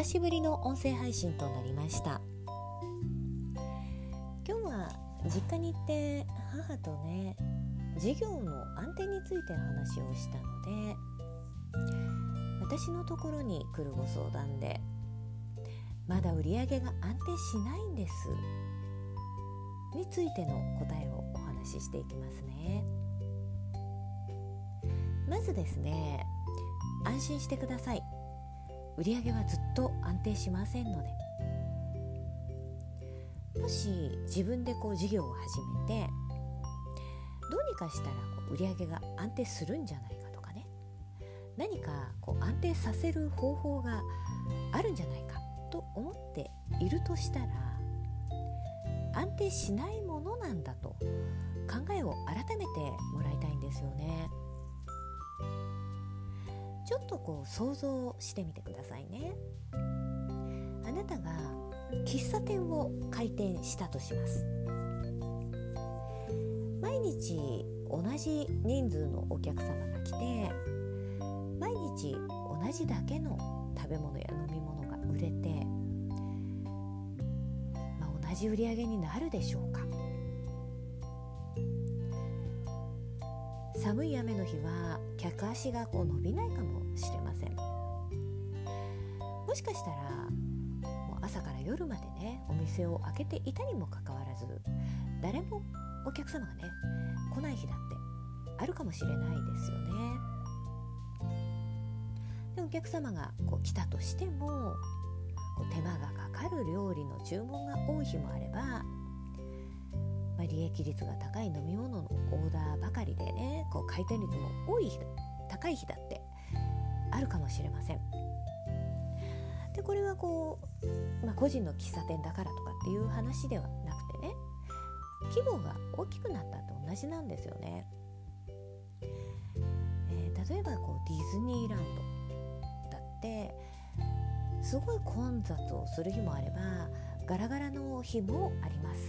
久しぶりの音声配信となりました。今日は実家に行って母とね、事業の安定について話をしたので、私のところに来るご相談で、まだ売り上げが安定しないんですについての答えをお話ししていきますね。まずですね、安心してください。売り上げはずっと安定しませんので、もし自分で事業を始めて、どうにかしたら売り上げが安定するんじゃないかとかね、何か安定させる方法があるんじゃないかと思っているとしたら、安定しないものなんだと考えを改めてもらいたいんですよね。ちょっと想像してみてくださいね。あなたが喫茶店を開店したとします。毎日同じ人数のお客様が来て、毎日同じだけの食べ物や飲み物が売れて、同じ売り上げになるでしょうか。寒い雨の日は客足が伸びないかもしれません。もしかしたらもう朝から夜までね、お店を開けていたにもかかわらず、誰もお客様がね来ない日だってあるかもしれないですよね。で、お客様が来たとしても、手間がかかる料理の注文が多い日もあれば、利益率が高い飲み物のオーダーばかりでね、回転率も高い日だってあるかもしれません。で、これは個人の喫茶店だからとかっていう話ではなくてね、規模が大きくなったと同じなんですよね。例えばディズニーランドだってすごい混雑をする日もあれば、ガラガラの日もあります。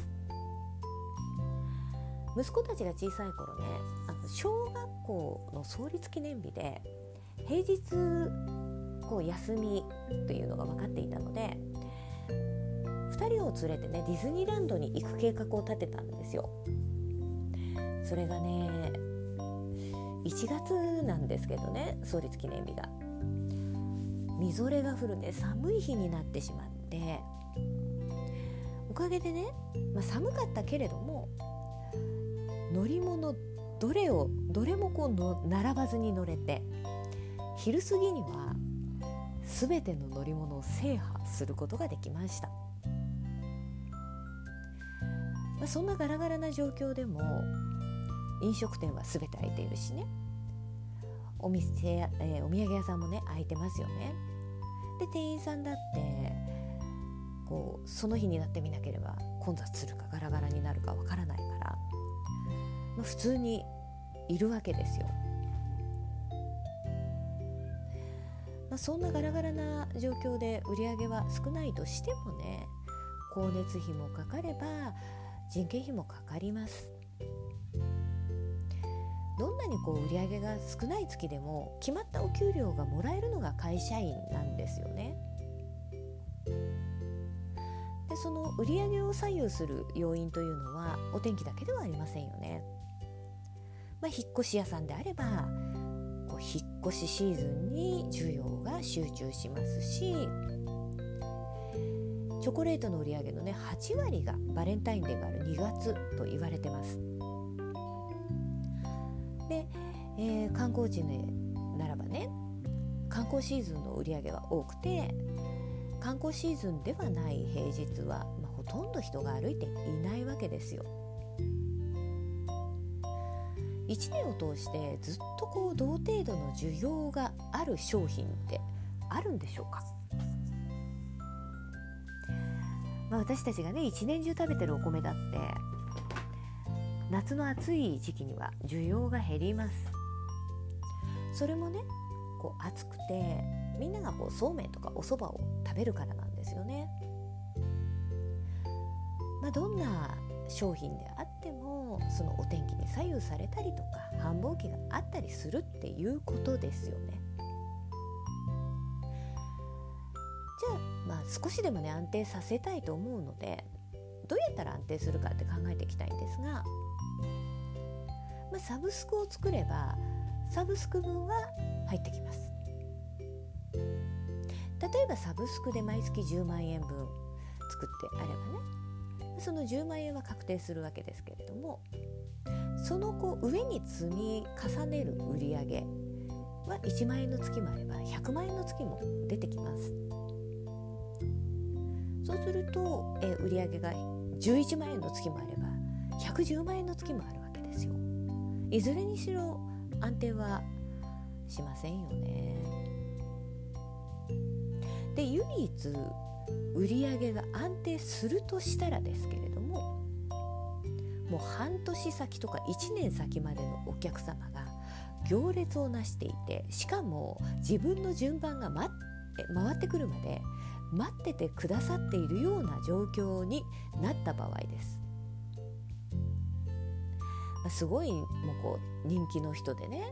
息子たちが小さい頃ね、小学校の創立記念日で平日休みというのが分かっていたので、2人を連れてね、ディズニーランドに行く計画を立てたんですよ。それがね、1月なんですけどね、創立記念日がみぞれが降るね、寒い日になってしまって、おかげでね、寒かったけれども乗り物どれも並ばずに乗れて、昼過ぎには全ての乗り物を制覇することができました。そんなガラガラな状況でも飲食店は全て開いているしね、お土産屋さんもね開いてますよね。で、店員さんだってその日になってみなければ混雑するかガラガラになるかわからないから、普通にいるわけですよ。そんなガラガラな状況で売り上げは少ないとしてもね、光熱費もかかれば人件費もかかります。どんなに売り上げが少ない月でも決まったお給料がもらえるのが会社員なんですよね。で、その売り上げを左右する要因というのはお天気だけではありませんよね。引っ越し屋さんであれば引っ越しシーズンに需要が集中しますし、チョコレートの売り上げのね8割がバレンタインデーがある2月と言われてます。で、観光地ならばね、観光シーズンの売り上げは多くて、観光シーズンではない平日は、ほとんど人が歩いていないわけですよ。1年を通してずっと同程度の需要がある商品ってあるんでしょうか。私たちがね一年中食べてるお米だって夏の暑い時期には需要が減ります。それもね暑くてみんながそうめんとかお蕎麦を食べるからなんですよね。どんな商品であってもそのお天気に左右されたりとか繁忙期があったりするっていうことですよね。じゃあ少しでもね安定させたいと思うので、どうやったら安定するかって考えていきたいんですが、サブスクを作ればサブスク分は入ってきます。例えばサブスクで毎月10万円分作ってあればね、その10万円は確定するわけですけれども、その上に積み重ねる売上は1万円の月もあれば100万円の月も出てきます。そうすると、売上が11万円の月もあれば110万円の月もあるわけですよ。いずれにしろ安定はしませんよね。で、唯一売上が安定するとしたらですけれども、もう半年先とか1年先までのお客様が行列をなしていて、しかも自分の順番が回ってくるまで待っててくださっているような状況になった場合です。すごいもう人気の人でね、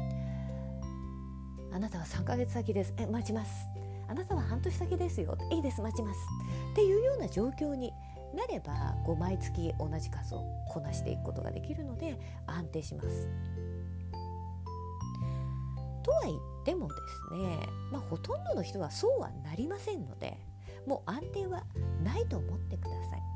あなたは3ヶ月先です、待ちます、あなたは半年先ですよ、いいです、待ちますっていうような状況になれば、毎月同じ数をこなしていくことができるので安定します。とは言ってもですね、ほとんどの人はそうはなりませんので、もう安定はないと思ってください。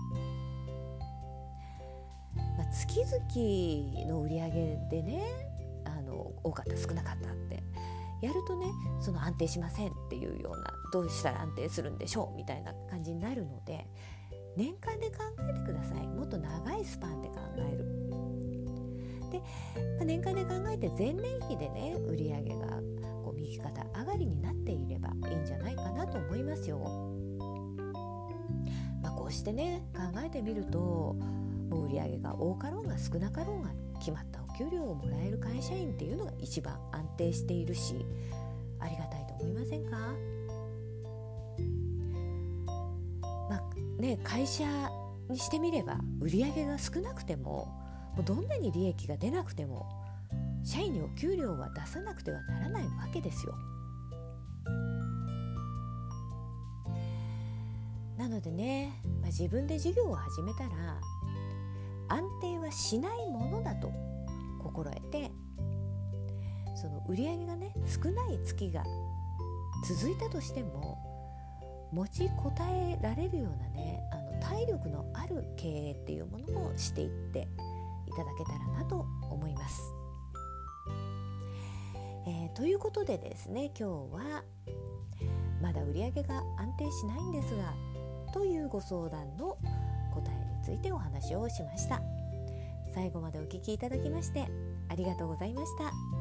月々の売り上げでね、多かった少なかったってやるとね、その安定しませんっていうような、どうしたら安定するんでしょうみたいな感じになるので、年間で考えてください。もっと長いスパンで考える。で、年間で考えて前年比でね、売り上げが右肩上がりになっていればいいんじゃないかなと思いますよ。こうしてね考えてみると、もう売り上げが多かろうが少なかろうが決まったお給料をもらえる会社員っていうのが一番安定しているし、ありがたいと思いませんか？会社にしてみれば売り上げが少なくても、どんなに利益が出なくても社員にお給料は出さなくてはならないわけですよ。なのでね、自分で事業を始めたら安定はしないものだと心得て、その売り上げがね少ない月が続いたとしても持ちこたえられるようなね、体力のある経営っていうものをしていっていただけたらなと思います。ということでですね、今日はまだ売り上げが安定しないんですがというご相談の答えについてお話をしました。最後までお聞きいただきましてありがとうございました。